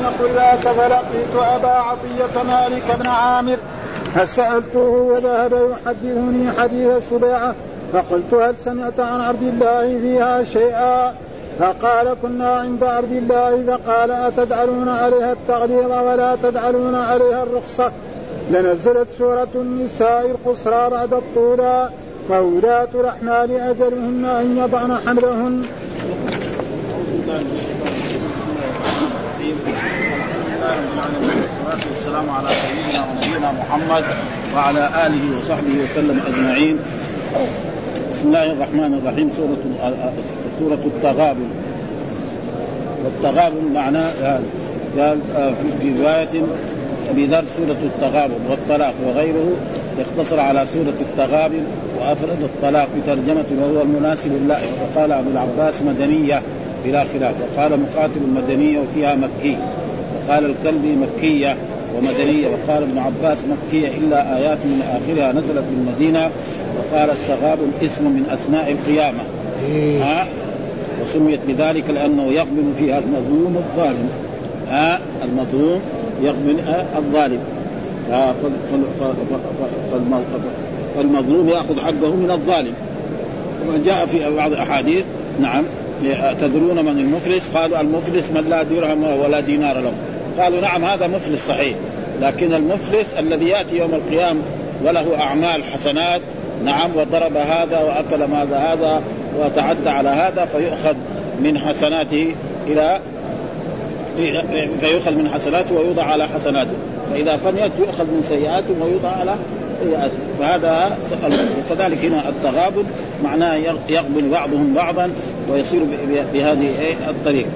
قلات فلقيت أبا عطية مالك بن عامر فسألته وذهب يحدثني حديث السباعة فقلت هل سمعت عن عبد الله فيها شيئا؟ فقال كنا عند عبد الله فقال أتجعلون عليها التغليظ ولا تجعلون عليها الرخصة؟ لنزلت سورة النساء القصرى بعد الطولى وولاة الأحمال أجلهن أن يضعن حملهن. والصلاة والسلام على سيدنا ونبينا محمد وعلى آله وصحبه وسلم أجمعين. بسم الله الرحمن الرحيم. سورة التغابن. والتغابن معناه قال في رواية أبي ذر سورة التغابن والطلاق وغيره يقتصر على سورة التغابن وأفرد الطلاق بترجمة وهو المناسب اللائق. وقال أبو العباس مدنية بلا خلاف. وقال مقاتل المدنية وفيها مكي. وقال الكلبي مكية ومدنية. وقال ابن عباس مكية إلا آيات من آخرها نزلت بالمدينة. وقال التغابن اسم من أسماء القيامة وسميت بذلك لأنه يقبل فيها المظلوم الظالم. المظلوم يقبل الظالم فالمظلوم يأخذ حقه من الظالم. وما جاء في بعض الأحاديث نعم تدرون من المفلس؟ قالوا المفلس من لا درهم ولا دينار له. قالوا نعم هذا مفلس صحيح، لكن المفلس الذي يأتي يوم القيامة وله أعمال حسنات نعم وضرب هذا وأكل ماذا هذا وتعدى على هذا فيؤخذ من حسناته فيؤخذ من حسناته ويوضع على حسناته، فإذا فنيت يؤخذ من سيئاته ويوضع على سيئاته. فهذا كذلك هنا التغابن معناه يقبل بعضهم بعضا ويصير بهذه الطريقة.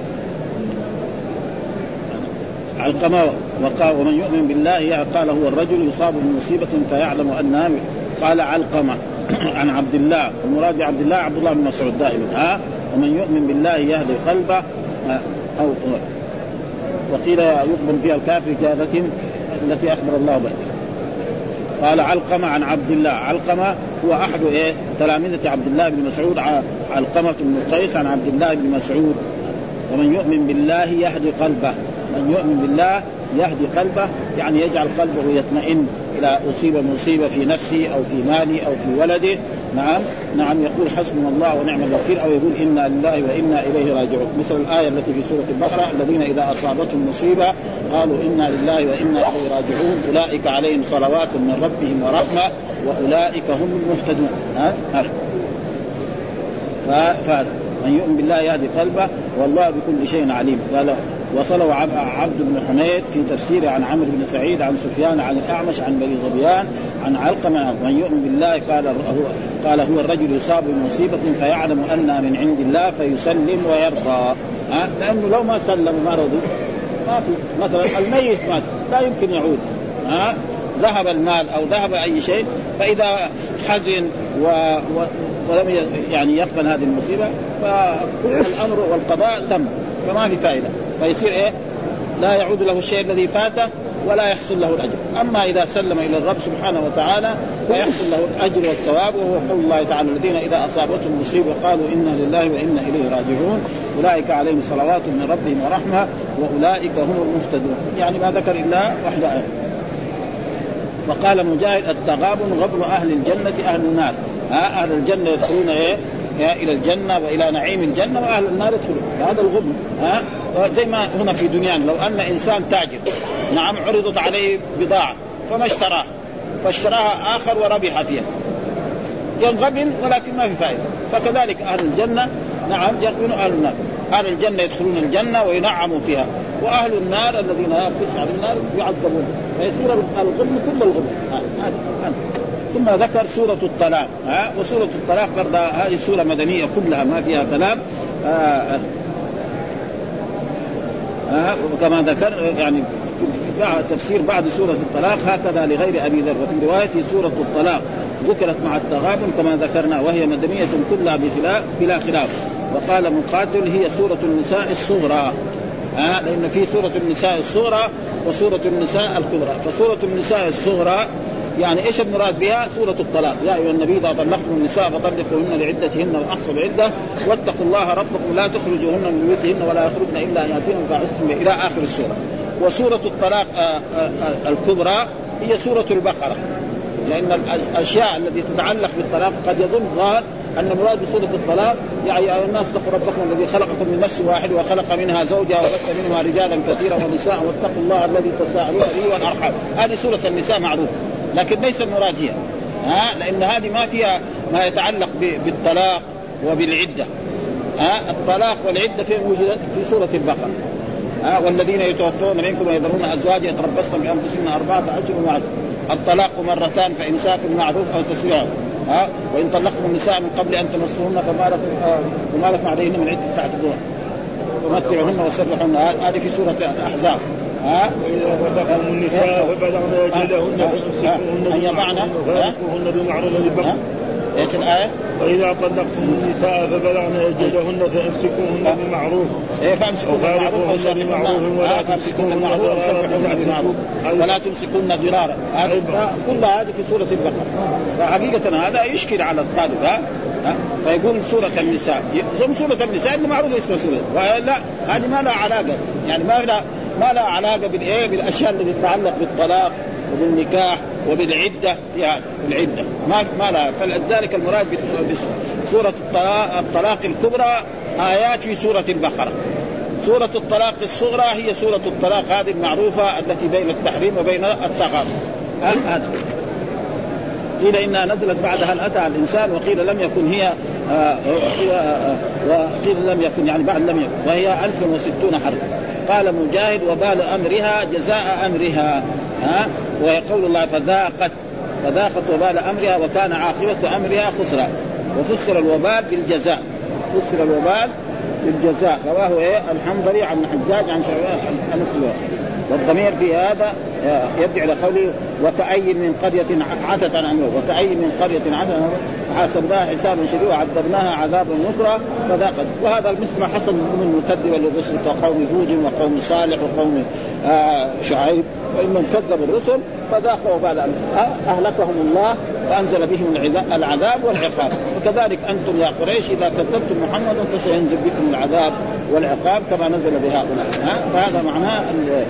علقمة ومن يؤمن بالله قال هو الرجل يصاب بمصيبة فيعلم أنها. قال علقمة عن عبد الله، المراد عبد الله بن مسعود دائما. ومن يؤمن بالله يهدي قلبه أو وقيل يقبل فيها الكافر جادة التي أخبر الله بها. قال علقمة عن عبد الله. علقمة هو أحد تلامذة عبد الله بن مسعود. علقمة بن قيس عن عبد الله بن مسعود. ومن يؤمن بالله يهدي قلبه. من يؤمن بالله يهدي قلبه يعني يجعل قلبه يطمئن إلى أصيب مصيبة في نفسه أو في ماله أو في ولده نعم يقول حسبنا الله ونعم الوكيل، أو يقول إنا لله وإنا إليه راجعون، مثل الآية التي في سورة البقرة الذين إذا أصابتهم مصيبة قالوا إنا لله وإنا إليه راجعون أولئك عليهم صلوات من ربهم ورحمة وأولئك هم المهتدون. من يؤمن بالله يهدي قلبه والله بكل شيء عليم. قال وصله عبد بن حميد في تفسيره عن عمرو بن سعيد عن سفيان عن الأعمش عن بني ظبيان عن علقمة. من يؤمن بالله قال هو الرجل يصاب بمصيبة فيعلم أنها من عند الله فيسلم ويرضى. لأنه لو ما سلم وما رضي ما في. مثلا الميت مات لا يمكن يعود، ذهب المال أو ذهب أي شيء، فإذا حزن ولم يعني يقبل هذه المصيبة فالأمر والقضاء تم، فما في فائدة، فيصير لا يعود له الشيء الذي فاته ولا يحصل له الأجر. أما إذا سلم إلى الرب سبحانه وتعالى فيحصل له الأجر والثواب. وهو قول الله تعالى الذين إذا أصابتهم مصيبة قالوا إنا لله وإنا إليه راجعون أولئك عليهم صلوات من ربهم ورحمة وأولئك هم المهتدون. يعني ما ذكر إلا واحدة آية. وقال مجاهد التغابن غبن أهل الجنة أهل النار. أهل الجنة يدخلون إلى الجنة وإلى نعيم الجنة، وأهل النار يدخلون. هذا الغبن. زي ما هنا في دنيانا لو أن إنسان تاجر نعم عرضت عليه بضاعة فما اشتراها فاشتراها آخر وربح فيها ينغبن ولكن ما في فائدة. فكذلك أهل الجنة نعم يكونوا أهل النار. أهل الجنة يدخلون الجنة وينعموا فيها، وأهل النار الذين يدخلون النار يعذبون، فيصير الغبن كل الغبن. ثم ذكر سورة الطلاق. وسورة الطلاق برضه هذه سورة مدنية كلها ما فيها كلام. وكما ذكر يعني تفسير بعد سورة الطلاق هكذا لغير أبي ذر. وفي رواية سورة الطلاق ذكرت مع التغابن كما ذكرنا، وهي مدنية كلها بلا خلاف. وقال مقاتل هي سورة النساء الصغرى، لأن في سورة النساء الصغرى وسورة النساء الكبرى. فسورة النساء الصغرى يعني إيش المراد بها؟ سورة الطلاق. يا أيها النبي إذا طلقتم النساء فطلقوهن لعدتهن وأحصوا العدة واتقوا الله ربكم لا تخرجوهن من بيوتهن ولا يخرجن إلا أن يأتين بفاحشة إلى آخر السورة. وسورة الطلاق الكبرى هي سورة البقرة، لأن الأشياء التي تتعلق بالطلاق قد يظن ظاهر أن المراد بسورة الطلاق يعني يا الناس اتقوا ربكم الذي خلقكم من نفس واحد وخلق منها زوجها وبث منهما رجالا كثيرا ونساء واتقوا الله الذي تساءلون به والأرحام. هذه سورة النساء معروفة، لكن ليس المراد هي لأن هذه ما فيها ما يتعلق بالطلاق وبالعدة. الطلاق والعدة في موجودة في سورة البقرة. والذين يتوفون منكم ويذرون أزواجا يتربصن بأنفسهن 4 أشهر وعشرة. الطلاق مرتان فإمساك بالمعروف أو تسريح. وإن طلقتم النساء من قبل أن تمسوهن فما لكم عليهن من عدة تعتدون ومتعوهن وسرحوهن. هذه في سورة الأحزاب. وإذا طلقتم النساء فبلغن أجلهن فأمسكوهن بمعروف ايش الآية؟ وإذا طلقتم النساء فبلغن أجلهن فأمسكوهن بمعروف فأمسكوهن بمعروف أو سرحوهن ولا تمسكوهن ضرارا. كل هذه في سورة البقرة. فحقيقة هذا يشكل على الطالب. فيقول سورة النساء ثم سورة النساء اللي معروف اسمها سورة، لا هذه ما لها علاقة، يعني ما لها علاقة بالأشياء التي تتعلق بالطلاق وبالنكاح وبالعدة. في العدة ما لها. فلذلك المراد بسورة الطلاق الكبرى آيات في سورة البقرة. سورة الطلاق الصغرى هي سورة الطلاق هذه المعروفة التي بين التحريم وبين التغابن. هذا قيل إنها نزلت بعد هل أتى على الإنسان، وقيل لم يكن هي وقيل لم يكن يعني بعد لم يكن، وهي 1060 حرف. قال مجاهد وبال أمرها جزاء أمرها. ويقول الله فذاقت وبال أمرها وكان عاقبة أمرها خسرا. وفسر الوبال بالجزاء، فسر الوبال بالجزاء. رواه الحنظلي عن حجاج عن شعبان. والضمير في هذا يرجع إلى قوله وكأي من قرية عتت عن أمره، وكأي من قرية عتت عن أمره حاسبناها حسابا شديدا وعذبناها عذابا نكرا فذاقت. وهذا مثل ما حصل من المكذبة للرسل كقوم هود وقوم صالح وقوم شعيب، وإنهم كذبوا الرسل فذاقوا بعد أهلكهم الله وأنزل بهم العذاب والعقاب. وكذلك أنتم يا قريش إذا كذبتم محمدا فسينزل بكم العذاب والعقاب كما نزل بهؤلاء. فهذا معناه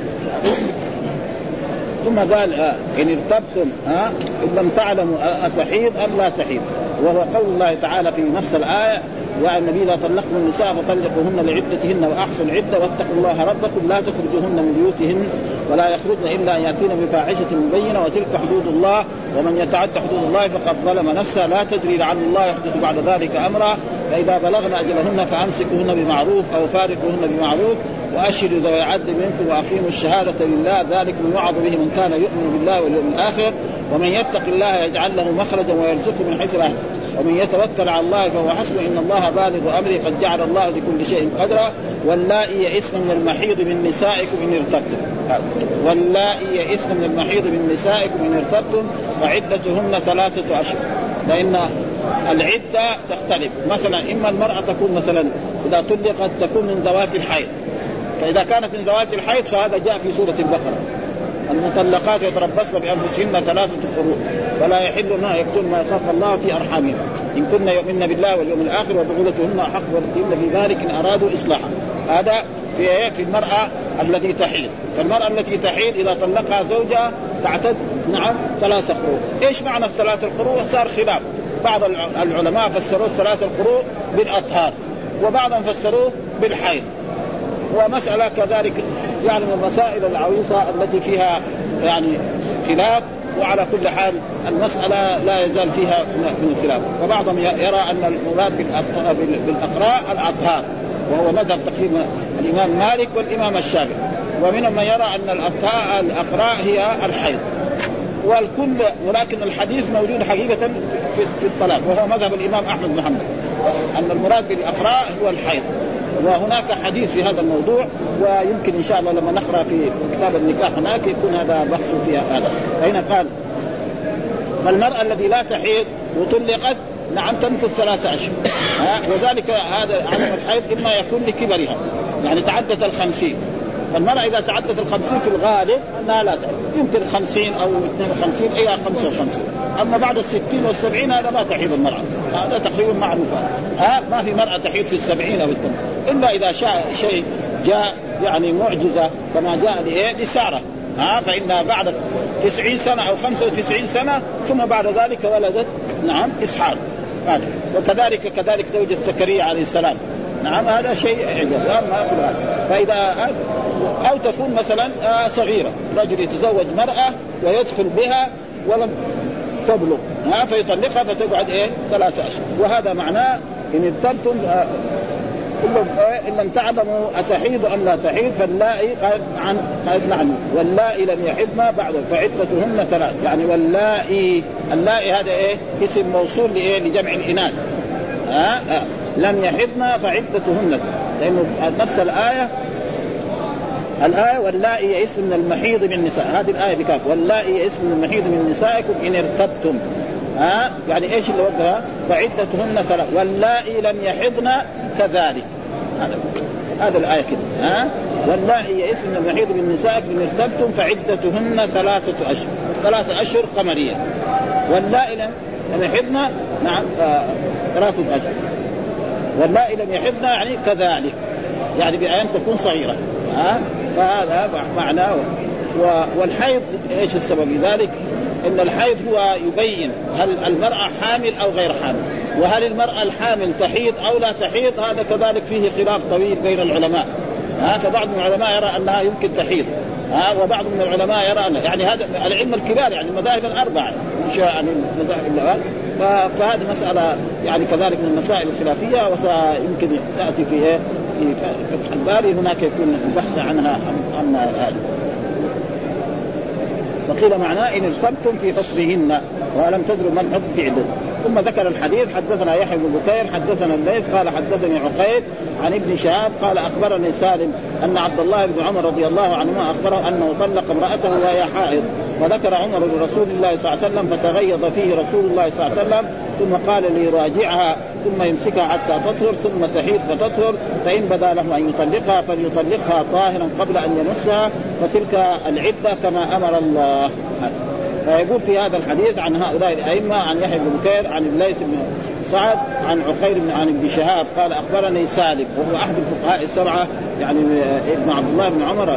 ثم قال إن ارتبتم إن لم تعلموا أتحيض أم لا تحيض. وهو قول الله تعالى في نفس الآية يا النبي لا طلقتم النساء فطلقوهن لعدتهن وأحصوا العدة واتقوا الله ربكم لا تخرجوهن من بيوتهن ولا يخرجن إلا أن يأتين بفاحشة مبينة وتلك حدود الله ومن يتعد حدود الله فقد ظلم نفسه لا تدري لعل الله يحدث بعد ذلك أمرا فإذا بلغن أجلهن فأمسكوهن بمعروف أو فارقوهن بمعروف وأشهدوا ذوي عدل منكم وأقيموا الشهادة لله ذلك من يوعظ به من كان يؤمن بالله واليوم الآخر ومن يتق الله يجعل له مخرجا ويرزقه من حيث لا يحتسب ومن يتوكل على الله فهو حسبه إن الله بالغ أمره قد جعل الله لكل شيء قدرا واللائي يئسن من المحيض من نسائكم إن ارتبتم واللائي يئسن من المحيض من نسائكم إن ارتبتم وعدتهن 3 أشهر. لأن العدة تختلف، مثلا إما المرأة تكون مثلا إذا طلقت تكون من ذوات الحيض، فإذا كانت من ذوات الحيض فهذا جاء في سورة البقرة المطلقات يتربصن بأنفسهن 3 قروء ولا يحل لهن يكتمن ما يخاف الله في أرحامهن إن كن يؤمن بالله واليوم الآخر وبعولتهن أحق وردهن في ذلك إن أرادوا إصلاحا. هذا في المرأة التي تحيض. فالمرأة التي تحيض إذا طلقها زوجها تعتد 3 قروء. إيش معنى 3 قروء؟ صار خلاف، بعض العلماء فسروا 3 قروء بالأطهار وبعضهم فسروه بالحيض. ومسألة كذلك يعني من المسائل العويصة التي فيها يعني خلاف، وعلى كل حال المسألة لا يزال فيها من الخلاف. وبعضهم يرى أن المراد بالأقراء الأطهار وهو مذهب تقريبا الإمام مالك والإمام الشافعي، ومنهم من يرى أن الأقراء هي الحيض والكل. ولكن الحديث موجود حقيقة في الطلاق وهو مذهب الإمام أحمد بن حنبل أن المراد بالأقراء هو الحيض. وهناك حديث في هذا الموضوع ويمكن إن شاء الله لما نقرأ في كتاب النكاح هناك يكون هذا بحث فيها هذا. فهنا قال فالمرأة التي لا تحيض وطلقت تمكث 3 أشهر وذلك هذا عدم الحيض إما يكون لكبرها يعني تعدت 50. فالمرأة إذا تعدت 50 في الغالب أنها لا تحيض، يمكن 50 أو 52 إلى 55. أما بعد 60 و70 هذا ما تحيض المرأة، هذا تقريبا معروفة. ما في مرأة تحيض في 70 أو 80 إلا إذا شيء جاء يعني معجزة كما جاء لسارة فإنها بعد 90 سنة أو 95 سنة ثم بعد ذلك ولدت إسحاق. وكذلك زوجة زكريا عليه السلام هذا شيء إعجاز ما في هذا. فإذا أو تكون مثلا صغيرة، رجل يتزوج مرأة ويدخل بها ولم تبلغ فيطلقها فتقعد 3 أشهر. وهذا معناه إن ارتبتم إن لم تعلموا أتحيض أم لا تحيض فاللائي قد نعلم واللائي لم يحضن بعد فعدتهن 3. يعني اللائي هذا اسم موصول لجمع الإناث لم يحضن فعدتهن، لأنه نفس الآية واللائي يئسن من المحيض من النساء، هذه الآية بكاف واللائي يئسن من المحيض من نسائكم إن ارتبتم يعني إيش اللي وقتها فعدتهن 3 واللائي لم يحضن كذلك. هذا الآية كده واللائي يئسن من المحيض من نسائكم إن ارتبتم فعدتهن 3 أشهر 3 أشهر قمرية. واللائي لم يحضن 3 أشهر واللائي لم يحضن يعني كذلك، يعني بأن تكون صغيرة فهذا معناه. والحيض ايش السبب لذلك؟ ان الحيض هو يبين هل المرأة حامل او غير حامل، وهل المرأة الحامل تحيض او لا تحيض، هذا كذلك فيه خلاف طويل بين العلماء. فبعض من العلماء يرى انها يمكن تحيض وبعض من العلماء يرى أن يعني هذا العلم الكبار يعني المذاهب الأربعة يعني المذاهب فهذه مسألة يعني كذلك من المسائل الخلافية وسيمكن تأتي في فتح الباري هناك يكون بحث عنها عما هذا. فقيل معناه إن ارتبتم في حكمهن ولم تدروا من حكم في عدة. ثم ذكر الحديث حدثنا يحيى بن بكير حدثنا الليث قال حدثني عقيل عن ابن شهاب قال أخبرني سالم أن عبد الله بن عمر رضي الله عنهما أخبره أنه طلق امرأته وهي حائض، وذكر عمر لرسول الله صلى الله عليه وسلم فتغيظ فيه رسول الله صلى الله عليه وسلم ثم قال ليراجعها ثم يمسكها حتى تطهر ثم تحيض فتطهر، فإن بدا له أن يطلقها فليطلقها طاهرا قبل أن يمسها فتلك العدة كما أمر الله. فيقول في هذا الحديث عن هؤلاء الأئمة عن يحيى بن بكير عن الليث بن سعد عن عقيل عن ابن شهاب قال أخبرني سالم وهو أحد الفقهاء السبعة يعني ابن عبد الله بن عمر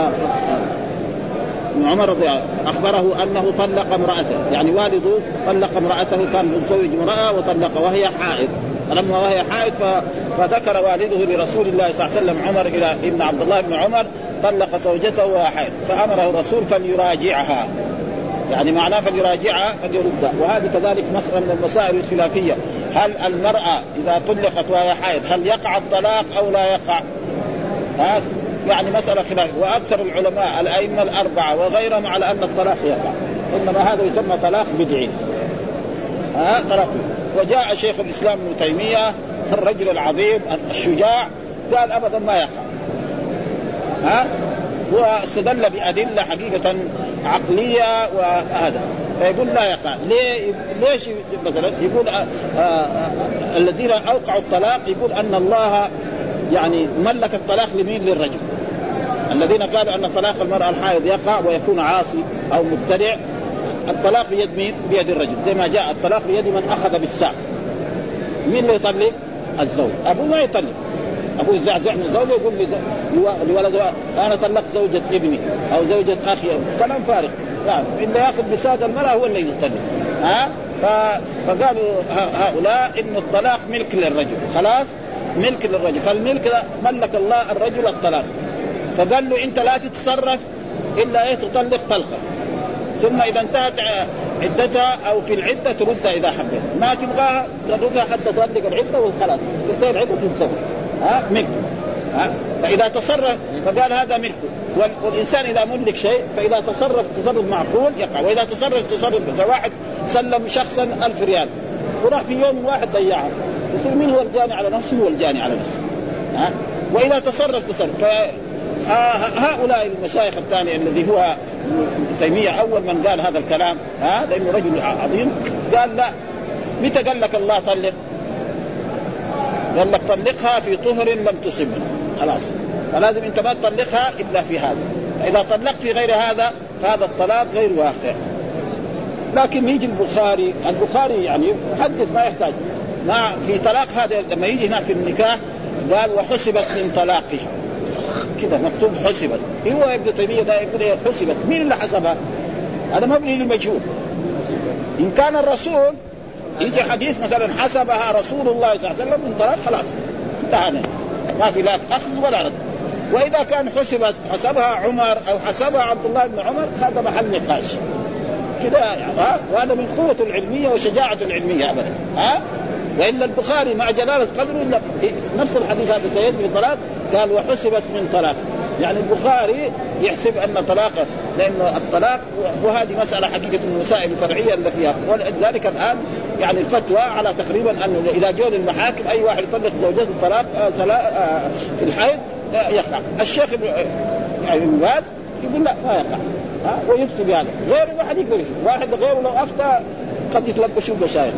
رضي الله أخبره أنه طلق امرأته، يعني والده طلق امرأته كان متزوج امرأة وطلق وهي حائض، فلما وهي حائض فذكر والده لرسول الله صلى الله عليه وسلم عمر إلى ابن عبد الله بن عمر طلق زوجته وهي حائض فأمره الرسول فليراجعها، يعني معناه فليراجعها فليردها. وهذه كذلك مسألة من المسائل الخلافية، هل المرأة إذا طلقت وهي حائض هل يقع الطلاق أو لا يقع؟ يعني مسألة خلافية، وأكثر العلماء الأئمة الأربعة وغيرهم على أن الطلاق يقع، إنما هذا يسمى طلاق بدعي طلاق. وجاء شيخ الإسلام ابن تيمية الرجل العظيم الشجاع قال أبدا ما يقع واستدل بأدلة حقيقة عقلية وهذا، فيقول لا يقع. ليش مثلا يقول الذين أوقعوا الطلاق يقول أن الله يعني ملك الطلاق لمين؟ للرجل. الذين قالوا أن طلاق المرأة الحائض يقع ويكون عاصي أو مبتدع، الطلاق بيد مين؟ بيد الرجل، زي ما جاء الطلاق بيد من أخذ بالساق. مين اللي يطلق؟ الزوج. أبوه ما يطلق، أبوه يزعزع من زوجه يقول لولده أنا طلقت زوجة ابني أو زوجة أخي، كلام فارغ. يعني اللي يأخذ بساق المرأة هو اللي يطلق. فقالوا هؤلاء إن الطلاق ملك للرجل، خلاص ملك للرجل، فالملك ملك الله الرجل الطلاق، فقال له أنت لا تتصرف إلا تطلق طلقة، ثم إذا انتهت عدتها أو في العدة تردها إذا حبت، ما تبغاها تردها حتى تطلق العدة وخلاص تنتهي العدة تتصرف ملك. فإذا تصرف فقال هذا ملكه. والإنسان إذا ملك شيء فإذا تصرف تصرف معقول يقع، وإذا تصرف فواحد سلم شخصا 1000 ريال وراح في يوم واحد ضيعها، يصير مين هو الجاني على نفسه؟ هو الجاني على نفسه. وإذا تصرف هؤلاء المشايخ الثاني الذي هو ابن تيمية أول من قال هذا الكلام لأنه رجل عظيم، قال لا، متى قال لك الله طلق؟ قال لك طلقها في طهر لم تصبه، خلاص، فلازم انت ما تطلقها الا في هذا. اذا طلقت في غير هذا فهذا الطلاق غير واقع. لكن يجي البخاري يعني محدث ما يحتاج ما في طلاق هذا، لما يجي هناك في النكاح قال وحسبت من طلاقها، كده مكتوب حسبت. هو ابن تيمية ده يقول حسبت، مين اللي حسبها؟ هذا مبني للمجهول. إن كان الرسول يجي حديث مثلا حسبها رسول الله صلى الله عليه وسلم من طلاق، خلاص انتهى، ما في لا أخذ ولا رد. وإذا كان حسبها عمر أو حسبها عبد الله بن عمر، هذا محل نقاش كده يعني. وهذا من قوة العلمية وشجاعة العلمية أبدا. وإلا البخاري مع جلالة قدره نفس الحديث هذا سيد في الطلاق قال وحسبت من طلاق، يعني البخاري يحسب أن طلاقه، لأنه الطلاق وهذه مسألة حقيقة من المسائل الفرعية اللي فيها. ولذلك الآن يعني الفتوى على تقريبا أنه إذا جاء للمحاكم أي واحد يطلق زوجته الطلاق في الحيض يقع. الشيخ يعني ابن باز يقول لا ما يقع، ويفتي بهذا. غير واحد يقدر يفتي، واحد غيره لو أفتى قد يتلبسوا بشاير.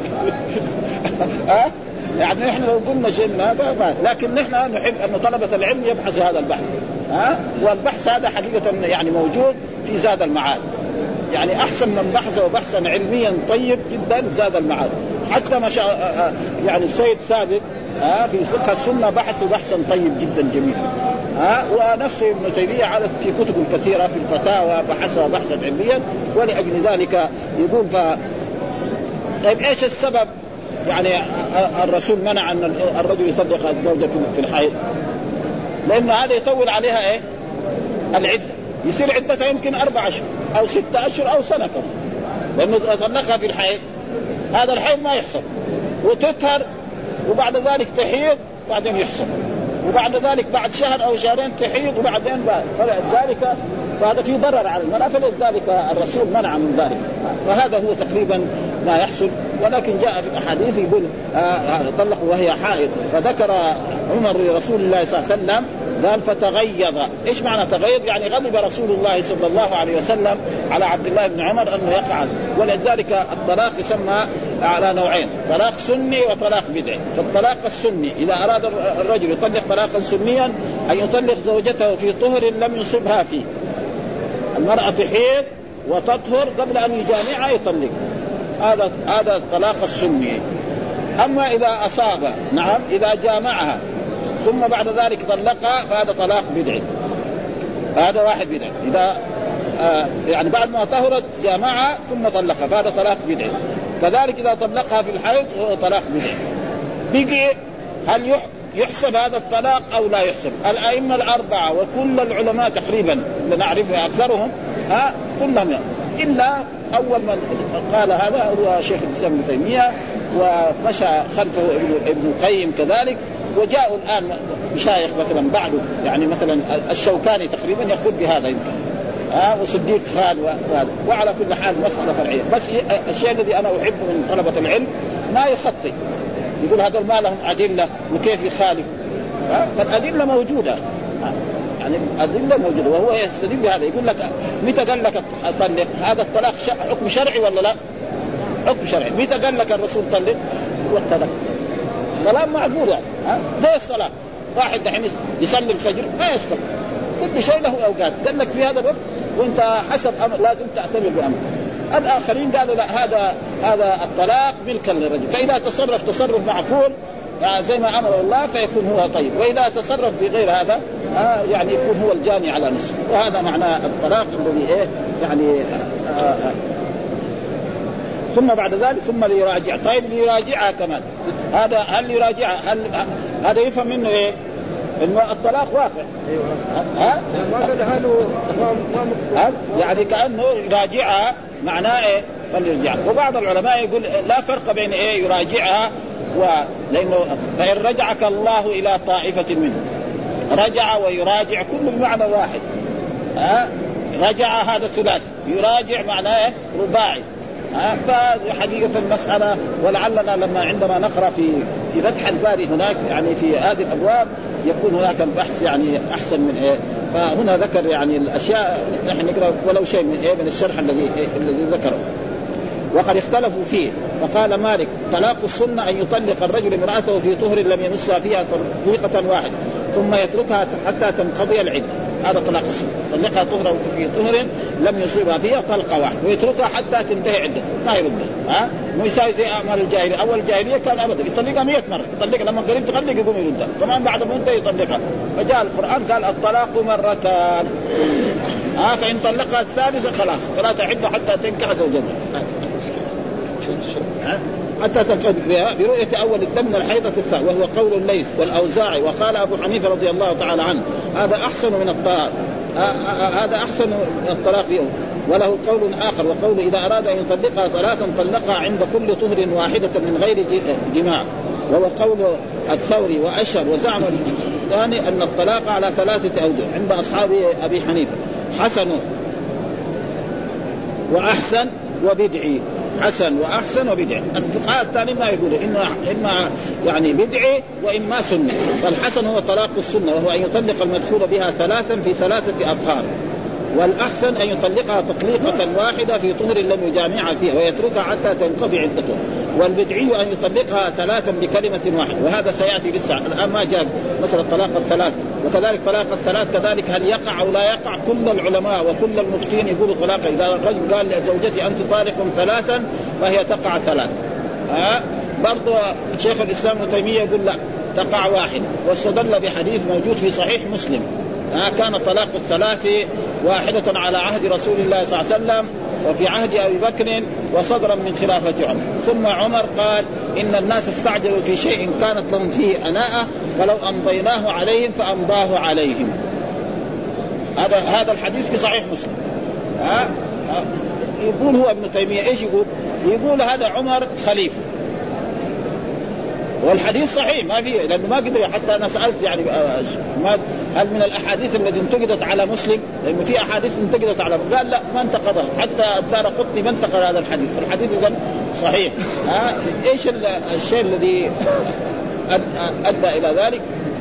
يعني نحن لو قلنا شيء من هذا، لكن نحن نحب أن طلبة العلم يبحثوا هذا البحث. والبحث هذا حقيقة يعني موجود في زاد المعاد، يعني أحسن من بحثه بحثا علميا طيب جدا زاد المعاد. حتى ما شاء يعني السيد سابق في فقه السنة بحثوا بحثا طيب جدا جميل. ونفسه ابن تيمية على في كتب كثيرة في الفتاوى بحثها بحثا علميا. ولأجل ذلك يقول طيب ايش السبب يعني الرسول منع أن الرجل يطلق الزوجة في الحيض؟ لأن هذا يطول عليها ايه العدة، يصير عدتها يمكن 4 أشهر أو 6 أشهر أو سنة كمان، لأنه طلقها في الحيض هذا الحيض ما يحصل، وتطهر وبعد ذلك تحيض بعدين يحصل، وبعد ذلك بعد شهر أو شهرين تحيض وبعدين فلذلك فهذا فيه ضرر على المرأة، فلذلك الرسول منع من ذلك. وهذا هو تقريبا ما يحصل. ولكن جاء في الأحاديث يقول طلق وهي حائض، فذكر عمر لرسول الله صلى الله عليه وسلم قال فتغيظ. إيش معنى تغيظ؟ يعني غضب رسول الله صلى الله عليه وسلم على عبد الله بن عمر أنه يقع. ولذلك الطلاق يسمى على نوعين، طلاق سني وطلاق بدعي. فالطلاق السني إذا أراد الرجل يطلق طلاقا سنيا أن يطلق زوجته في طهر لم يصبها فيه. المرأة تحيض وتطهر قبل أن يجامعها يطلق، هذا الطلاق السني. أما إذا أصاب إذا جامعها ثم بعد ذلك طلقها فهذا طلاق بدعي، هذا واحد بدعي. إذا يعني بعد ما طهرت جامعها ثم طلقها فهذا طلاق بدعي. كذلك إذا طلقها في الحيض هو طلاق بدعي. بيجي هل يحسب هذا الطلاق أو لا يحسب؟ الأئمة الأربعة وكل العلماء تقريبا لنعرفها أكثرهم كلهم، إلا أول من قال هذا هو شيخ الإسلام ابن تيمية، ومشى خلفه ابن القيم كذلك. وجاءوا الآن مشايخ مثلا بعده، يعني مثلا الشوكاني تقريبا يأخذ بهذا يمكن، وصديق خان وعلى كل حال مسألة فرعية. بس الشيء الذي أنا أحبه من طلبة العلم ما يخطئ، يقول هذول ما لهم أدلة وكيف يخالف. فالأدلة موجودة، يعني الأدلة موجودة، وهو يستدل بهذا. يقول لك متى قال لك طلق؟ هذا الطلاق حكم شرعي ولا لا؟ حكم شرعي. متى قال لك الرسول طلق؟ والطلاق كلام معقول يعني. زي الصلاة، واحد دحين يصلي الفجر ما يصلي، كل شيء له أوقات، قال لك في هذا الوقت وانت حسب أمر لازم تعتمر بأمر. الآخرين قالوا لا، هذا الطلاق ملكا للرجل، فإذا تصرف معقول زي ما أمر الله فيكون هو طيب، وإذا تصرف بغير هذا يعني يكون هو الجاني على نفسه. وهذا معنى الطلاق الذي يعني ثم بعد ذلك ثم ليراجع. طيب ليراجعها كمان، هذا هل يراجعها؟ هذا يفهم منه ايه؟ انه الطلاق واقع. يعني كأنه يراجعها معناه ايه؟ فليرجعها. وبعض العلماء يقول لا فرق بين ايه يراجعها لانه فإن رجعك الله الى طائفة منه، رجع ويراجع كل المعنى واحد. رجع هذا ثلاثي، يراجع معناه رباعي. فحقيقة المسألة ولعلنا لما عندما نقرأ في فتح الباري هناك يعني في هذه الأبواب يكون هناك البحث يعني أحسن من إيه. فهنا ذكر يعني الأشياء نحن نقرأ ولو شيء من إيه من الشرح الذي ذكره. وقد اختلفوا فيه، فقال مالك طلاق السنة أن يطلق الرجل امرأته في طهر لم يمسها فيها طلقة واحدة ثم يتركها حتى تنقضي العدة، هذا طلاق السنة. طلقها طهرا في طهر لم يصيبها فيها طلقة واحدة ويتركها حتى تنتهي عدة ما يردها. مو يساوي زي أعمال الجاهلية. أول الجاهلية كان أبدا يطلقها 100 مرة، يطلقها لما قريب تطلق يقوم يردها، كمان بعد ما ينتهي يطلقها. فجاء القرآن قال الطلاق مرتان، فإن طلقها الثالثة خلاص فلا تحل حتى تنكح زوجها، حتى تنفذ بها برؤية أول الدم من الحيضة الثانية، وهو قول الليث والأوزاعي. وقال أبو حنيفة رضي الله تعالى عنه هذا أحسن من الطلاق، هذا أحسن من الطلاق يوم. وله قول آخر وقول إذا أراد أن يطلقها ثلاثا طلقها عند كل طهر واحدة من غير جماع، وهو قول الثوري وأشهر. وزعم الثاني أن الطلاق على 3 أوجه عند أصحاب أبي حنيفة: حسن وأحسن وبدعي، حسن وأحسن وبدعي. الفقهاء الثاني ما يقولوا إما يعني بدعي وإما سنة. فالحسن هو طلاق السنة، وهو أن يطلق المدخول بها 3 في 3 أطهار، والأحسن أن يطلقها تطليقة واحدة في طهر لم يجامعها فيها ويتركها حتى تنقضي عدته. والبدعي أن يطلقها 3 بكلمة واحدة، وهذا سيأتي لسه الآن ما جاء مثلا طلاق الثلاث. وكذلك طلاق الثلاث كذلك هل يقع أو لا يقع، كل العلماء وكل المفتين يقولوا طلاق. إذا الرجل قال لزوجتي أنت طالق 3 فهي تقع 3. برضو شيخ الإسلام ابن تيمية يقول لا، تقع 1، واستدل بحديث موجود في صحيح مسلم: كان طلاق الثلاث واحدة على عهد رسول الله صلى الله عليه وسلم وفي عهد أبي بكر وصدرا من خلافة عمر. ثم عمر قال إن الناس استعجلوا في شيء كانت لهم فيه أناءة فلو أمضيناه عليهم فأمضاه عليهم. هذا الحديث في صحيح مسلم. يقول هو ابن تيمية إيش يقول هذا عمر خليفة، والحديث صحيح ما فيه، لأنه ما قدر. حتى أنا سألت يعني هل من الأحاديث التي انتقدت على مسلم، لأنه في أحاديث انتقدت على، قال لا ما انتقدها، حتى الدارقطني ما انتقد هذا الحديث، فالحديث إذن صحيح. إيش الشيء الذي أدى إلى ذلك؟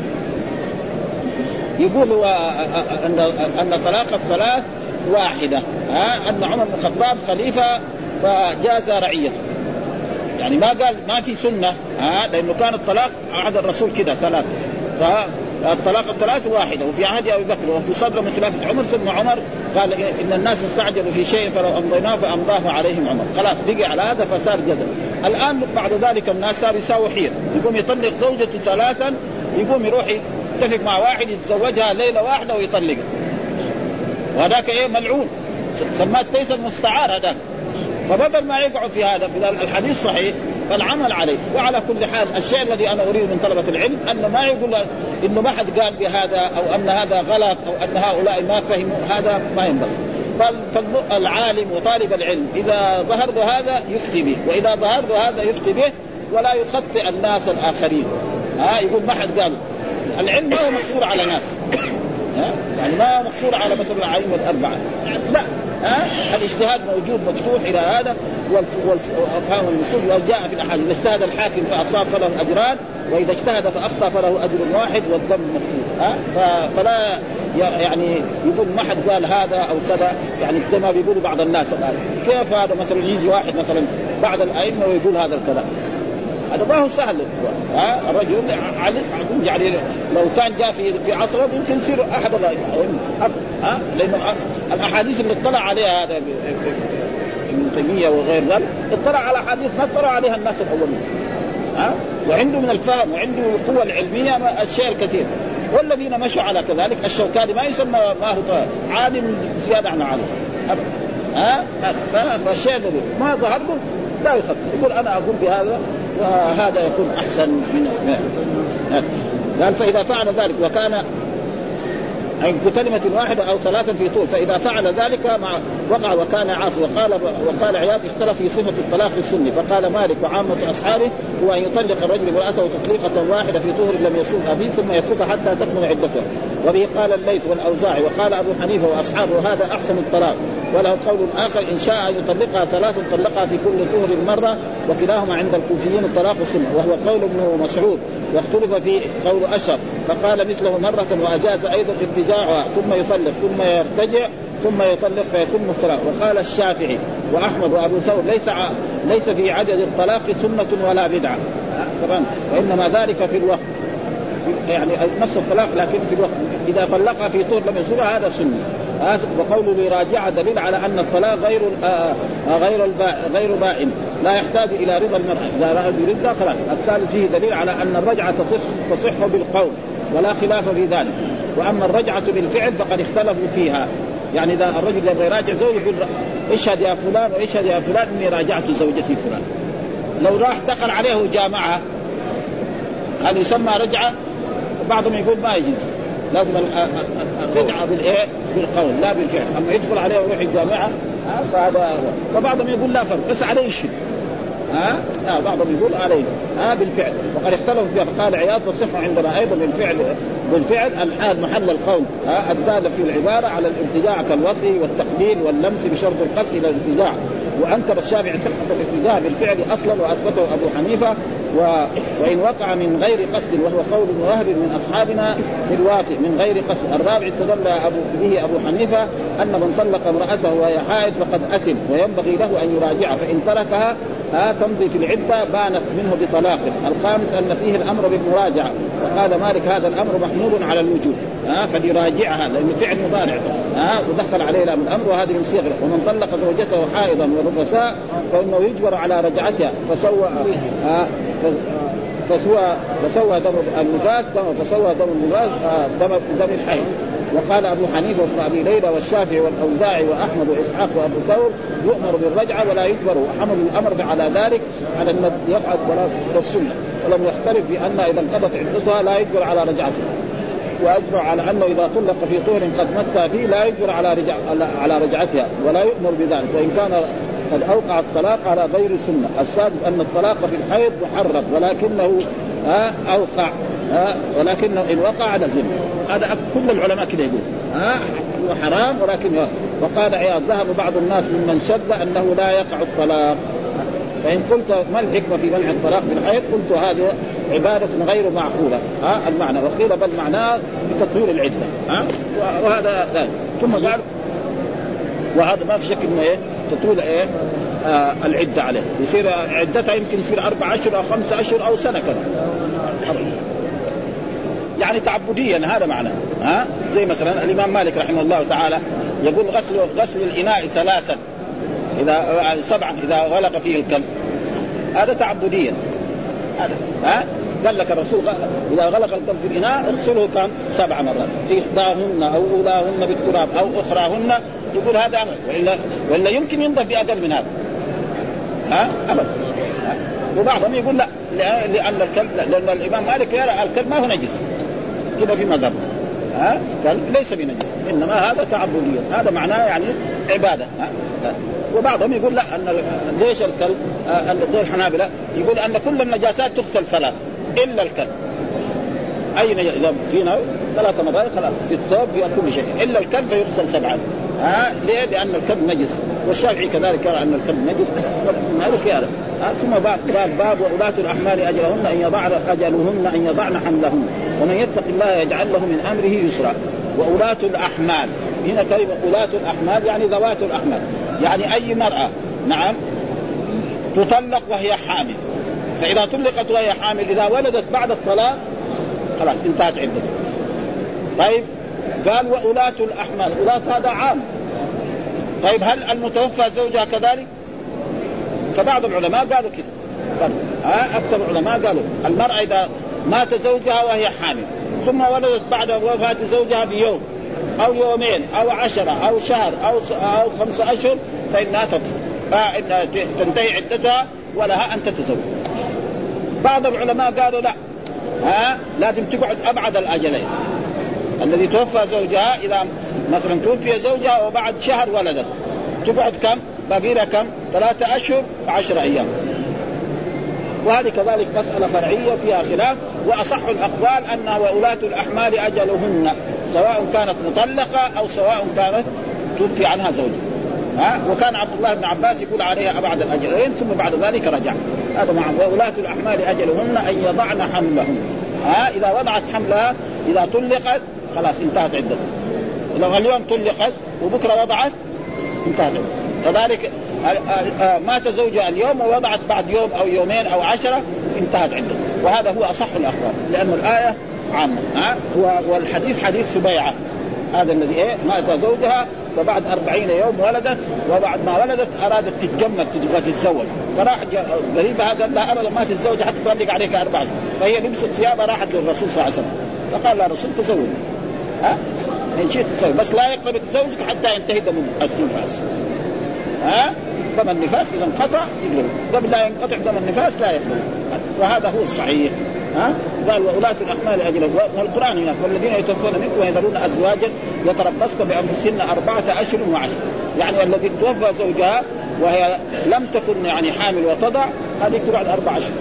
يقول هو أن طلاق الثلاث واحدة، أن عمر بن الخطاب خليفة فجاز رعيته، يعني ما قال ما في سنة، لأنه كان الطلاق عهد الرسول كده 3، فالطلاق الثلاث واحدة وفي عهد أبي بكر وفي صدر من خلافة عمر. ثم عمر قال إن الناس استعجلوا في شيء فلو أمضيناه فأمضاه عليهم عمر، خلاص بقي على هذا فصار جزم. الآن بعد ذلك الناس صار يساوي حير، يقوم يطلق زوجته 3، يقوم يروح يتفق مع واحد يتزوجها ليلة واحدة ويطلقها، وهذاك ملعون سماه ليس المستعار هذا. فبدل ما يقعوا في هذا الحديث صحيح فالعمل عليه. وعلى كل حال الشيء الذي أنا أريد من طلبة العلم أنه ما يقول إنه ما حد قال بهذا أو أن هذا غلط أو أن هؤلاء ما فهموا، هذا ما ينبغي. فالعالم وطالب العلم إذا ظهر له هذا يفتي به، وإذا ظهر له هذا يفتي به، ولا يخطئ الناس الآخرين. يقول ما حد قال. العلم ما هو مقصور على ناس، يعني ما مقصور على مثلا العلم الأربعة، لا. الاجتهاد موجود مفتوح إلى هذا، والأفهام والنصوص. وجاء في الأحاديث إذا اجتهد الحاكم فأصاب فله أجران، وإذا اجتهد فأخطأ فله أجر واحد والذنب مغفور. فلا يعني يقول ما حد قال هذا أو كذا، يعني زي ما بيقولوا بعض الناس الآن. كيف هذا مثلا يجي واحد مثلا بعد الأئمة ويقول هذا الكلام؟ هذا ما هو سهل. الرجل يعني لو كان جاء في عصره يمكن يصير أحد الأئمة، لأنه الأحاديث اللي اطلع عليها هذا ابن تيمية وغير ذلك اطلع على حديث ما اطلع عليها الناس الأولين، وعنده من الفهم وعنده القوة العلمية الشيء الكثير. والذين مشوا على كذلك الشوكاني ما يسمى ما هو عالم زيادة عن عالم فالشيء الذي ما ظهر له لا يخطئ، يقول أنا أقول بهذا وهذا يكون أحسن من قال فإذا فعل ذلك وكان بكلمة واحدة أو 3 في طول، فإذا فعل ذلك مع وقع وكان عاصي. وقال عياض اختلف في صفة الطلاق السني، فقال مالك وعامة أصحابه هو أن يطلق الرجل امرأته تطليقة واحدة في طهر لم يصومها فيه ثم يتركها حتى تكمل عدتها. وبه قال الليث والأوزاعي وقال أبو حنيفة وأصحابه هذا أحسن الطلاق. وله قول آخر إن شاء أن يطلقها 3 طلقها في كل طهر مرة، وكلاهما عند الكوفيين الطلاق السنة، وهو قول ابن مسعود. واختلف في قول أشهر فقال مثله مرة، وأجاز أيضا ارتجاعها ثم يطلق ثم يرتجع ثم يطلق فيكون مفرغ. وقال الشافعي وأحمد وأبو ثور ليس في عدد الطلاق سنة ولا بدعة طبعا، وإنما ذلك في الوقت، يعني نفس الطلاق لكن في الوقت. إذا طلقها في طهر لم يصلها هذا سنة. وقوله لراجعة دليل على أن الطلاق غير بائن لا يحتاج إلى رضا المرأة، إذا رأى برضا خلاص. الثالث فيه دليل على أن الرجعة تصح بالقول ولا خلاف في ذلك. وأما الرجعة بالفعل فقد اختلفوا فيها، يعني إذا الرجل يبغى يراجع زوجه يقول اشهد يا فلان واشهد يا فلان إني راجعت زوجتي فلان. لو راح دخل عليه وجامعها هل يسمى رجعة؟ بعضهم يقول ما يجوز، لازم الرجعة بالإيه؟ بالقول لا بالفعل. أما يدخل عليه ويروح الجامعة فهذا. فبعضهم يقول لا فرق بس عليه يشهد، بعضهم يقول عليه بالفعل. وقد اختلفوا فيها فقال عياض تصح عندنا أيضا بالفعل الحال محل القول الدالة في العبارة على الارتجاع كالوطي والتقبيل واللمس بشرط القصد إلى الارتجاع. وأنكر الشافعي صحة الارتجاع بالفعل أصلا وأثبته أبو حنيفة وإن وقع من غير قصد وهو قول وهب من أصحابنا في الواقع من غير قصد. الرابع استدل به أبو حنيفة أن من طلق امرأته وهي حائض فقد أثم وينبغي له أن يراجعها، فإن تركها تمضي في العدة بانت منه بطلاقه. الخامس أن فيه الأمر بالمراجعة، وقال مالك هذا الأمر محمول على الوجوب فليراجعها لأنه فعل مضارع ودخل عليه لام الأمر وهذه من صيغه. ومن طلق زوجته حائضا ونفساء فإنه يجبر على رجعتها فسوى دم النفاس فسوى دم النفاس دم الحيض. وقال أبو حنيفة وأبي ليلى والشافعي والأوزاعي وأحمد وإسحاق وأبو ثور يؤمر بالرجعة ولا يجبر، وحمل الأمر على ذلك على أن يفعل والسنة، ولم يختلف بأن إذا انقضت عدتها لا يجبر على رجعتها، وأجبر على أنه إذا طلق في طهر قد مسها فيه لا يجبر على رجعتها ولا يؤمر بذلك، وإن كان قد أوقع الطلاق على غير سنة. السادس أن الطلاق في الحيض محرم ولكنه أوقع ولكنه إن وقع لزم. هذا كل العلماء كده يقول حرام ولكن. وقال عياض ذهب بعض الناس ممن شد أنه لا يقع الطلاق. فإن قلت ما الحكمة في منع الطلاق في الحيض قلت هذه عبادة غير معقولة المعنى، وقيل بل معناه بتطويل العدة وهذا ذلك. ثم قال وهذا ما في شك إنه تطول العدة عليه، يصير عدتها يمكن يصير 4 أشهر أو 5 أشهر أو سنة كذا يعني تعبديا. هذا معناه زي مثلا الإمام مالك رحمه الله تعالى يقول غسل الإناء 3 إذا 7 إذا غلق فيه الكلب، هذا تعبديا. هذا قال لك الرسول إذا غلق الكلب في الإناء اغسله كم 7 مرات، إحداهن أو أولاهن بالتراب أو أخراهن، يقول هذا أمر. وإلا يمكن ينضف بأقل من هذا أبدا. وبعضهم يقول لا لأن الكلب لأن الإمام مالك يرى الكلب ما هو نجس كده في مذهب كلب ليس بنجس، إنما هذا تعبديا، هذا معناه يعني عبادة. وبعضهم يقول لا أن ليش الكلب زي الحنابلة يقول أن كل النجاسات تغسل 3 إلا الكلب. أي إذا فينا 3 مرات خلاص في الثوب في كل شيء إلا الكلب فيغسل 7. ليه؟ لأن الكلب نجس، والشافعي كذلك يرى أن الكلب نجس مالك يرى. ثم باب وأولاة الأحمال أجلهن أن يضعن حملهن ومن يتق الله يجعل له من أمره يسرا. وأولاة الأحمال هنا كلمة أولاة الأحمال يعني ذوات الأحمال، يعني أي مرأة تطلق وهي حامل، فإذا طلقت وهي حامل إذا ولدت بعد الطلاق خلاص انتهت عدتها. طيب قال وأولاة الأحمال، أولاة هذا عام. طيب هل المتوفى زوجها كذلك؟ فبعض العلماء قالوا كده، أكثر العلماء قالوا المرأة إذا مات زوجها وهي حامل ثم ولدت بعد وفاة زوجها بيوم أو يومين أو 10 أو شهر أو 5 أشهر فإنها تنتهي عدتها ولها أن تتزوج. بعض العلماء قالوا لا لازم تقعد أبعد الأجلين. الذي توفى زوجها إذا مثلا توفي زوجها وبعد شهر ولدت تقعد كم؟ باقي لها كم؟ 3 أشهر و10 أيام. وهذه كذلك مسألة فرعية فيها خلاف، وأصح الأقوال أنها وأولاة الأحمال أجلهن سواء كانت مطلقة أو سواء كانت توفي عنها زوجها. وكان عبد الله بن عباس يقول عليها أبعد الأجلين ثم بعد ذلك رجع. هذا معنى وأولاة الأحمال أجلهن أن يضعن حملهن. إذا وضعت حملها إذا طلقت خلاص انتهت عدتها. لو اليوم طلقت وبكرة وضعت انتهت عدتها. كذلك مات زوجها اليوم ووضعت بعد يوم أو يومين أو 10 انتهت عدتها. وهذا هو أصح الأقوال لأن الآية عامة. والحديث حديث سبيعة هذا الذي مات زوجها وبعد 40 يوم ولدت، وبعد ما ولدت أرادت تتجمل تبغى تتزوج، فراح قريبها قال لا أبدا ما تتزوج حتى تطلق عليك 4 فهي لبست ثيابها راحت للرسول صلى الله عليه وسلم فقال لا رسول تزوج إن شئت تزوج بس لا يقرب تزوجك حتى ينتهي دم النفاس. دم النفاس إذا انقطع يقرب، قبل لا ينقطع دم النفاس لا يقرب، وهذا هو الصحيح. قال وأولاة الأحمال أجلهم، والقرآن هناك والذين يتوفون منكم ويذرون أزواجا يتربصن بأنفسهن 4 أشهر و10. يعني الذي توفى زوجها وهي لم تكن يعني حامل وتضع هذه تبعد 4 أشهر،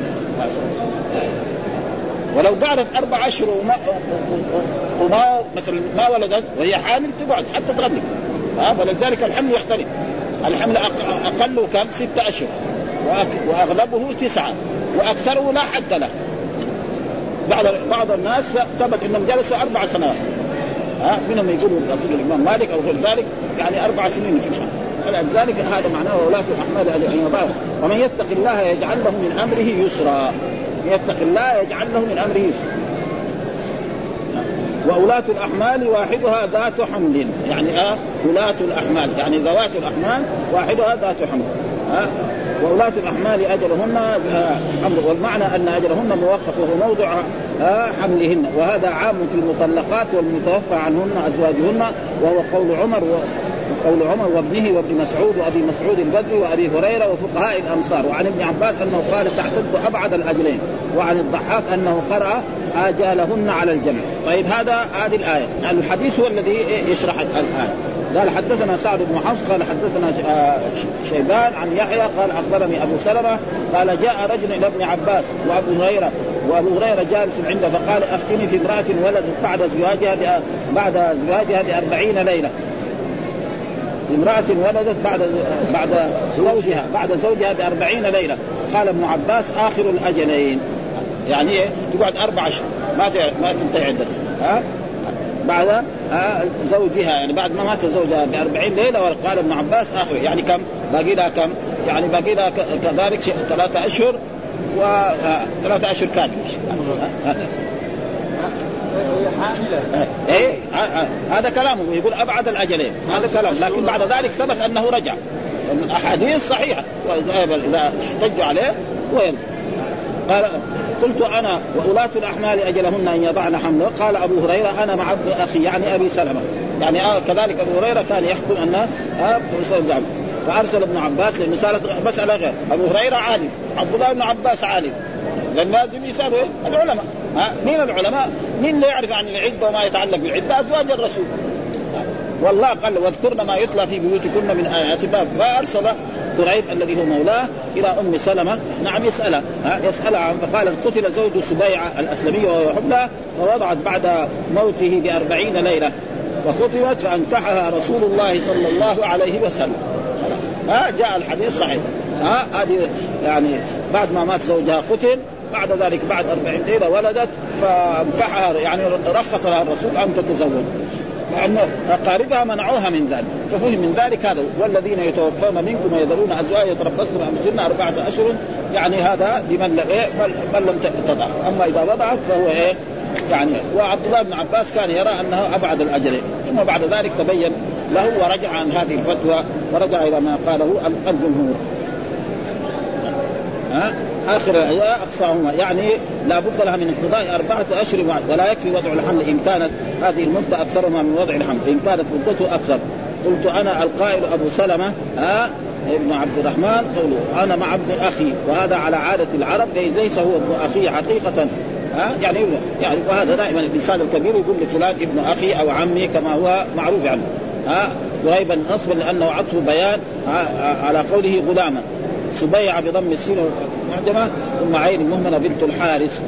ولو قعدت 4 أشهر وما مثلا ما ولدت وهي حامل تبعد حتى تغني. فلذلك الحمل يختلف، الحمل أقله كم 6 أشهر وأغلبه 9 وأكثره لا حد له. بعض الناس ثبت انهم جلسوا 4 سنوات، منهم يقولوا الامام مالك او غير ذلك يعني 4 سنين في الحمل. ذلك هذا معناه ولاة الأحمال أن يضعوا. ومن يتق الله يجعل له من أمره يسرا، يتق الله يجعل له من أمره يسرا. وأولاة الأحمال واحدها ذات حمل، يعني ولاة الأحمال يعني ذوات الأحمال واحدها ذات حمل. وأولاة الأحمال أجلهن حمل، والمعنى أن أجلهن موقف وهو موضع حملهن، وهذا عام في المطلقات والمتوفى عنهن أزواجهن، وهو قول عمر وابنه وابن مسعود وأبي مسعود البدري وأبي هريرة وفقهاء الأمصار. وعن ابن عباس أنه قال تعتد أبعد الأجلين، وعن الضحاك أنه قرأ آجالهن على الجمع. طيب هذه الآية. الحديث هو الذي يشرح الآية. قال حدثنا سعد بن حفص قال حدثنا شيبان عن يحيى قال أخبرني أبو سلمة قال جاء رجل إلى ابن عباس وأبو هريرة جالس عنده فقال أفتني في امرأة ولدت بعد زواجها ب40 ليلة، امرأة ولدت بعد زوجها ب40 ليلة. قال ابن عباس آخر الأجلين، يعني تقعد 4 أشهر ما تنتهي عدتها بعد زوجها، يعني بعد ما مات زوجها ب40 ليلة. وقال ابن عباس آخر، يعني كم باقي لها كم؟ يعني باقي لها كذلك 3 أشهر و3 أشهر كامل. إيه هذا كلامه يقول أبعد الأجلين، هذا كلام. لكن بعد ذلك ثبت أنه رجع، الأحاديث صحيحة إذا احتجوا عليه. قال قلت أنا وأولاة الأحمال أجلهن أن يضعن حمله. قال أبو هريرة أنا مع ابن أخي يعني أبي سلمة، يعني كذلك أبو هريرة كان يحكم أن فأرسل ابن عباس مسألة غير. أبو هريرة عالم، عبد الله بن عباس عالم، لأن لازم يسألوا العلماء. مين العلماء؟ مين لا يعرف عن العدة وما يتعلق بالعدة؟ أزواج الرسول. والله قال واذكرن ما يتلى في بيوتكن من آيات الله. فأرسل قريب الذي هو مولاه إلى أم سلمة نعم يسألها عن، فقالت قتل زوج سبيعة الأسلمية وهو يحبها فوضعت بعد موته ب40 ليلة وخطبت فأنكحها رسول الله صلى الله عليه وسلم. جاء الحديث صحيح. هذه يعني بعد ما مات زوجها قتل، بعد ذلك بعد 40 ليلة ولدت فانكحها، يعني رخص لها الرسول أن تتزوج، لأن أقاربها منعوها من ذلك. ففهم من ذلك هذا والذين يتوفون منكم ويذرون أزواج يتربصن بأنفسهن 4 أشهر، يعني هذا لمن لم تضع. أما إذا وضعت فهو يعني. وعبد الله بن عباس كان يرى أنه أبعد الأجلين، ثم بعد ذلك تبين له ورجع عن هذه الفتوى ورجع إلى ما قاله الجمهور. آخر الأجزاء أقصاهما، يعني لا بد لها من انقضاء 4 أشهر، ولا يكفي وضع الحمل إن كانت هذه المدة أكثرها من وضع الحمل، إن كانت مدته أكثر. قلت أنا القائل أبو سلمة ابن عبد الرحمن قوله أنا مع ابن أخي، وهذا على عادة العرب ليس هو ابن أخي حقيقة. يعني وهذا دائما الإنسان الكبير يقول لفلان ابن أخي أو عمي كما هو معروف عنه. وهيبا نصبا لأنه عطف بيان على قوله غلاما. سبيع بضم السين معجمة ثم عين مهملة بنت الحارث.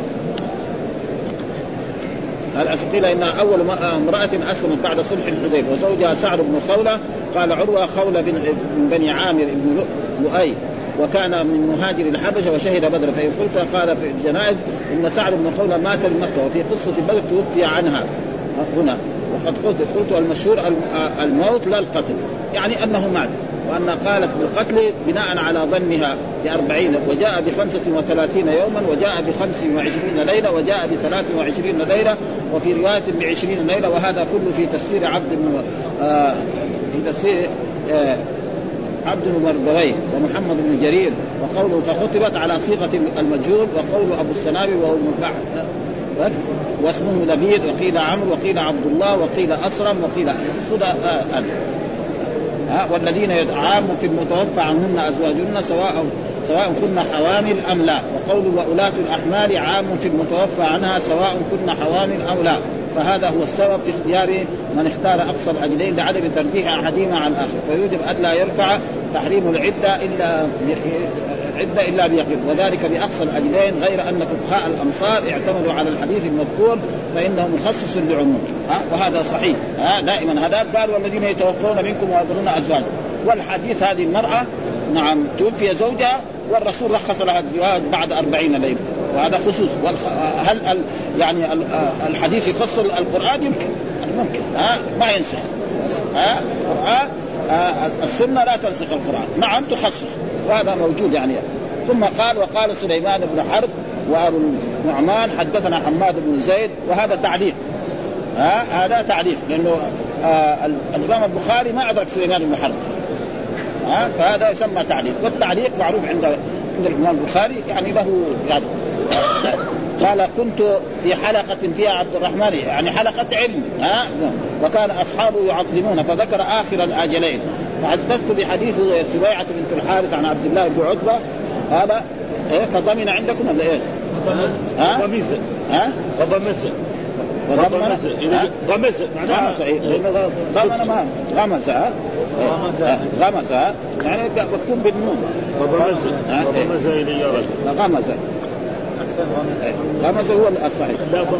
قيل إنها أول امرأة أسلمت بعد صلح الحديبية، وزوجها سعد بن خولة. قال عروة خولة بن بني عامر بن لؤي، وكان من مهاجر الحبشة وشهد بدر. فإن قلت قال في الجنائز إن سعد بن خولة مات بمكة، وفي قصة بدر توفي عنها هنا. وقد قلت المشهور الموت لا القتل، يعني أنه مات، وأن قالت بالقتل بناء على ظنها ب40، وجاء ب35 يوما، وجاء ب25 ليلة، وجاء ب23 ليلة، وفي رواية ب20 ليلة. وهذا كله في تفسير عبد بن مردويه ومحمد بن جرير. وقوله فخطبت على صيغة المجهول، وقول أبو السنابي وهو واسمه لبيد وقيل عمرو وقيل عبد الله وقيل أسرم وقيل سدى والذين عامة المتوفى عنهن أزواجهن سواء كن حوامل أم لا. وقول وأولاة الأحمال عامة المتوفى عنها سواء كن حوامل أو لا. فهذا هو السبب في اختيار من اختار أقصى الأجلين لعدم ترجيح أحدهما عن الآخر. فيجب أن لا يرفع تحريم العدة إلا بيقين، وذلك بأقصى الأجلين، غير أن فقهاء الأمصار اعتمدوا على الحديث المذكور فإنه مخصص لعموم. وهذا صحيح. دائما هذا قال والذين يتوفون منكم ويذرون أزواجا، والحديث هذه المرأة نعم توفي زوجها والرسول رخص لها الزواج بعد 40 ليلة، وهذا خصوص. هل يعني الحديث يفصل القرآن؟ يمكن ما ينسخ. القرآن السنة لا تنسخ القرآن، نعم تخصص، وهذا موجود يعني. ثم قال وقال سليمان بن حرب وأبو النعمان حدثنا حماد بن زيد، وهذا تعليق. هذا تعليق لأنه الإمام البخاري ما أدرك سليمان بن حرب، فهذا يسمى تعليق. والتعليق معروف عند الإمام البخاري يعني له يعني. قال كنت في حلقة فيها عبد الرحمن، يعني حلقة علم، وكان أصحابه يعظمون، فذكر آخر الآجلين. فحدثت بحديث سبيعة بنت الحارث عن عبد الله بن عتبة قال فضمن عندكم ولا إيه؟ غمز يعني مكتوب بالنون. غمز هو الصحيح.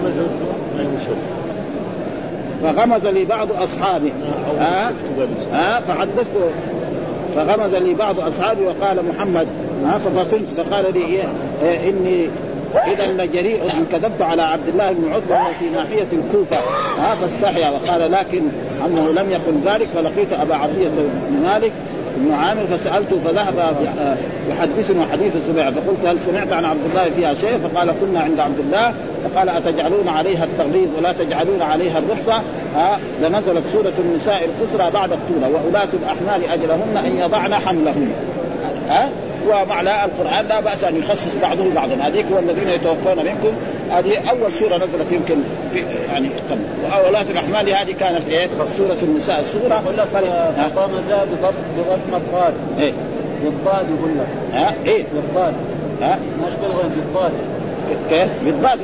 فغمز لي بعض أصحابي فحدثت فغمز لي بعض أصحابي وقال محمد ففطنت فقال لي إني إذا لجريء إن كذبت على عبد الله بن عتبة في ناحية الكوفة فاستحيا. وقال لكن أنه لم يكن ذلك. فلقيت أبا عطية بن مالك بن عامر فسألته فذهب يحدثنا حديث سبيعة، فقلت هل سمعت عن عبد الله فيها شيء؟ فقال كنا عند عبد الله. فقال أتجعلون عليها التغليظ ولا تجعلون عليها الرخصة؟ لنزلت سورة النساء القصرى بعد الطولة وأولاة الأحمال أجلهن أن يضعن حملهن. ومعنى القرآن لا بأس أن يخصص بعضه بعضا. هذيك والذين يتوفون منكم هذه أول سورة نزلت يمكن في يعني قبل. وأولاة الأحمال هذه كانت سورة النساء الصغرى. فقامزا بضم الضاد بالضاد يقول لك بالضاد مشكلة بالضاد كيف بالضاد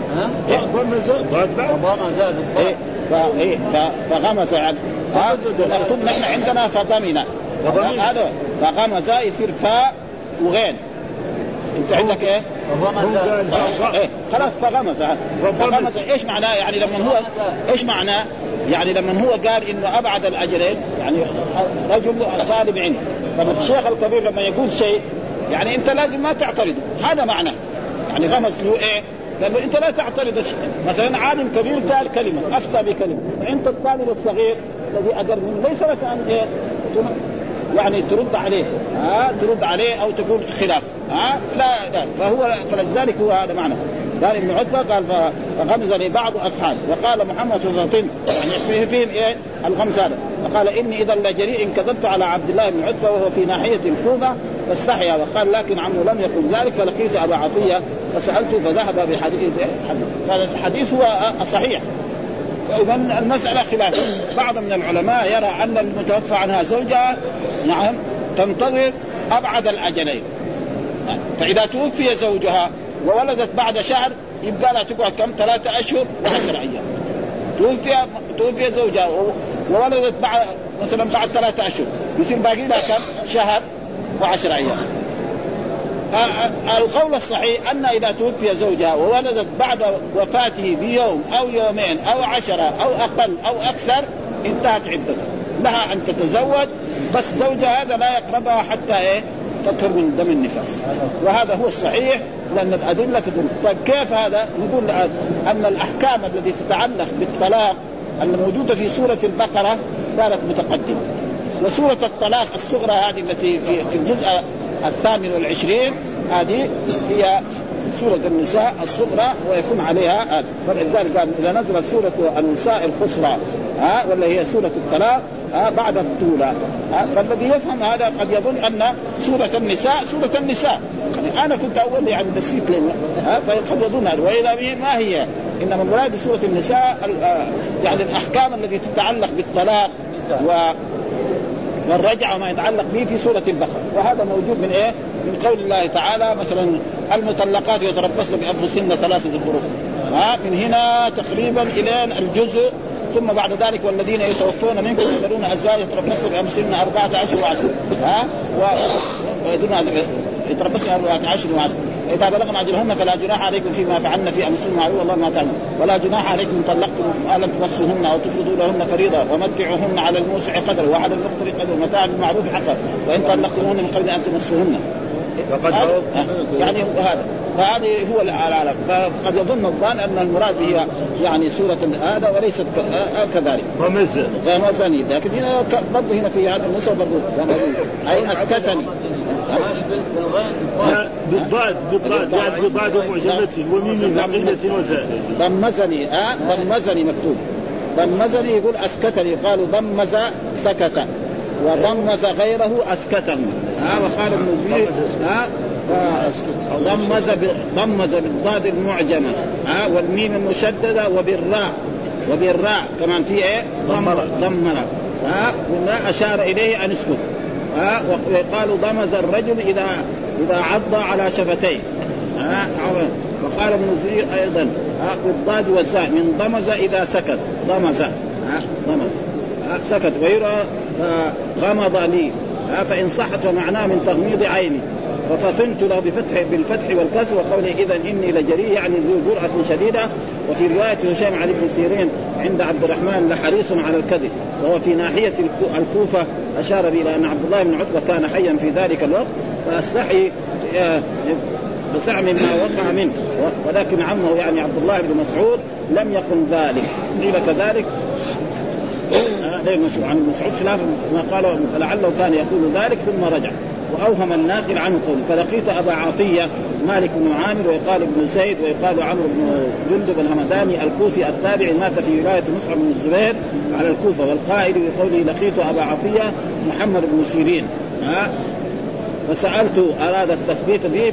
فغمز يعني كنا احنا عندنا فضمن هذا فغمز يصير فاء وغين. انت عندك ايه خلاص فغمز ايش معناه يعني لما هو ايش معناه يعني لما هو قال انه ابعد الاجلين يعني رجل طالب علم. فالشيخ الكبير لما يقول شيء يعني انت لازم ما تعترض، هذا معناه يعني غمز له ايه لانه انت لا تعترض شيء. مثلا عالم كبير قال كلمه افتى بكلمه، فانت الطالب الصغير الذي اقل منه ليس لك ان ايه يعني ترد عليه او تقول خلاف لا فهو فلذلك هو هذا معنى. قال ابن عتبة قال فغمز لي بعض أصحاب. وقال محمد صلى الله عليه وسلم يعني فيهم إيه الغمز هذا. فقال إني إذا لجريء إن كذبت على عبد الله بن عتبة وهو في ناحية الكوفة فاستحيا. وقال لكن عمه لم يكن ذلك. فلقيت أبا عطية فسألته فذهب بحديث. فالحديث هو صحيح. فإذا المسألة خلاف. بعض من العلماء يرى أن المتوفى عنها زوجها نعم تنتظر أبعد الأجلين. فإذا توفي زوجها وولدت بعد شهر يبقى لها تقعد كم 3 أشهر و10 أيام. توفي زوجها وولدت بعد مثلا بعد 3 أشهر يصير باقي لها كم شهر و10 أيام. القول الصحيح أن إذا توفي زوجها وولدت بعد وفاته بيوم أو يومين أو 10 أو أقل أو أكثر انتهت عدتها، لها أن تتزوج بس زوجها هذا لا يقربها حتى تطهر من دم النفاس. وهذا هو الصحيح لأن الأدلة تدل. طيب كيف هذا؟ نقول أن الأحكام التي تتعلق بالطلاق الموجودة في سورة البقرة كانت متقدمة، وسورة الطلاق الصغرى هذه التي في الجزء 28 هذه هي سورة النساء الصغرى ويكون عليها هذا. فلذلك قال إذا نزلت سورة النساء القصرى ولا هي سورة الطلاق بعد الطولة. فالذي يفهم هذا قد يظن أن سورة النساء يعني أنا كنت أول يعني نسيت لنا فقد يظن هذا. وإذا به ما هي إنما المراد بسورة النساء يعني الأحكام التي تتعلق بالطلاق والرجعة وما يتعلق به في سورة البقرة. وهذا موجود من إيه؟ من قول الله تعالى مثلا المطلقات يتربصن بأنفسهن 3 قروء، من هنا تقريبا إلى الجزء. ثم بعد ذلك والذين يتوفون منكم يذرون أزواج يتربصن بأنفسهن 14 وعشر، يتربصن 14 وعشر. إذا بلغن أجلهن فلا جناح عليكم فيما فعلن في أنفسهن معروف والله ما تعلم، ولا جناح عليكم إن طلقتم ما لم تمسوهن أو تفرضوا لهن فريضة ومتعوهن على الموسع قدره وعلى المقتر قدره متاع بالمعروف حقا وإن طلقتموهن من قبل أن تمسوهن. يعني فهذه هو العالم. فقد يظن الظان أن المراد هي يعني سورة هذا وليست كذلك. ومزني لكن هنا برضه هنا في هذا النص برضه أي أسكتني بالضاد ومعجمته وميم عقيدة وزاد. ضمزني مكتوب، ضمزني يقول أسكتني، قالوا ضمز سكت وضمز غيره أسكته. وقال ابن الزبير ضمز بالضاد المعجمة والميم المشددة وبالراء كمان في ايه ضمر وما أشار إليه أن يسكت. وقالوا ضمز الرجل إذا عض على شفتيه. وقال ابن الزبير أيضا بالضاد والزاء من ضمز إذا سكت ضمز سكت. ويرى غمض لي فإن صحت فمعناه من تغميض عيني ففطنت له بالفتح والكسر. وقوله إذا إني لجريء يعني ذو جرأة شديدة. وفي رواية هشام عن ابن سيرين عند عبد الرحمن لحريص على الكذب وهو في ناحية الكوفة أشار إلى أن عبد الله بن عتبة كان حيا في ذلك الوقت فأستحي بزعم ما وقع منه، ولكن عمه يعني عبد الله بن مسعود لم يقل ذلك. قيل كذلك عن مسعود خلاف ما قاله فلعله كان يقول ذلك ثم رجع. وأوهم الناقل عنه قول فلقيت أبا عطية مالك بن عامر ويقال ابن زيد ويقال عمرو بن جندب الهمداني الكوفي التابع مات في ولاية مصعب بن الزبير على الكوفة. والقائل بقوله لقيت أبا عطية محمد بن سيرين فسألت أراد التثبيت به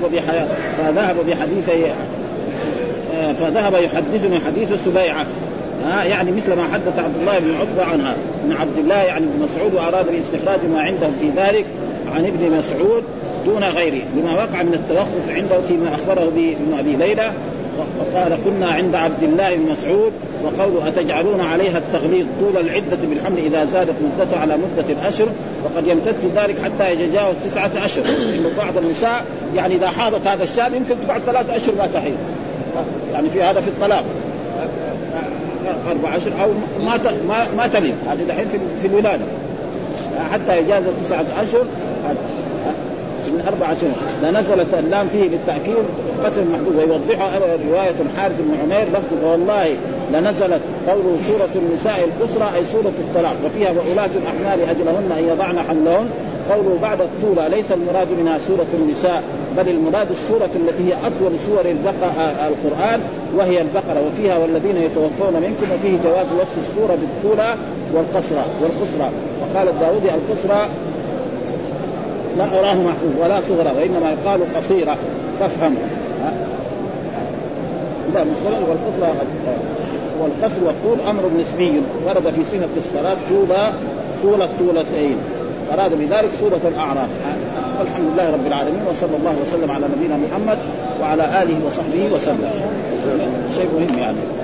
فذهب يحدثني حديث السبيعة يعني مثل ما حدث عبد الله بن عتبة عنها من عبد الله يعني بن مسعود وأراد باستخراج ما عندهم في ذلك عن ابن مسعود دون غيره لما وقع من التوقف عنده فيما أخبره ابن أبي ليلى. وقال كنا عند عبد الله بن مسعود وقولوا أتجعلون عليها التغليظ طول العدة بالحمل إذا زادت مدته على مدة الأشهر وقد يمتد ذلك حتى يتجاوز 9 أشهر. إن بعض النساء يعني إذا حاضت هذا الشاب يمكن تقعد 3 أشهر ما تحيض، يعني في هذا في الطلاق 4 أشهر أو ما تلد هذه دحين في الولادة حتى يجاوز 9 أشهر من 4 أشهر. لنزلت اللام فيه بالتأكيد قسم محدود. ويوضحها رواية الحارث بن عمير لفظ فوالله لنزلت قوله سورة النساء القصرى أي سورة الطلاق وفيها وأولاة الأحمال أجلهن أن يضعن حملهن. قوله بعد الطولة ليس المراد منها سورة النساء بل المراد السورة التي هي أطول سور القرآن وهي البقرة وفيها والذين يتوفون منكم وفيه جواز وصف السورة بالطولة والقصرى. وقال الداودي القصرى لا أراه محفوظ ولا صغرى وإنما يقال قصيرة فافهم لا مصغرى. والقصر والطول أمر نسبي ورد في صفة الصلاة طول الطولتين أراد بذلك سورة الأعراف. والحمد لله رب العالمين وصلى الله وسلم على نبينا محمد وعلى آله وصحبه وسلم. شيء مهم يعني.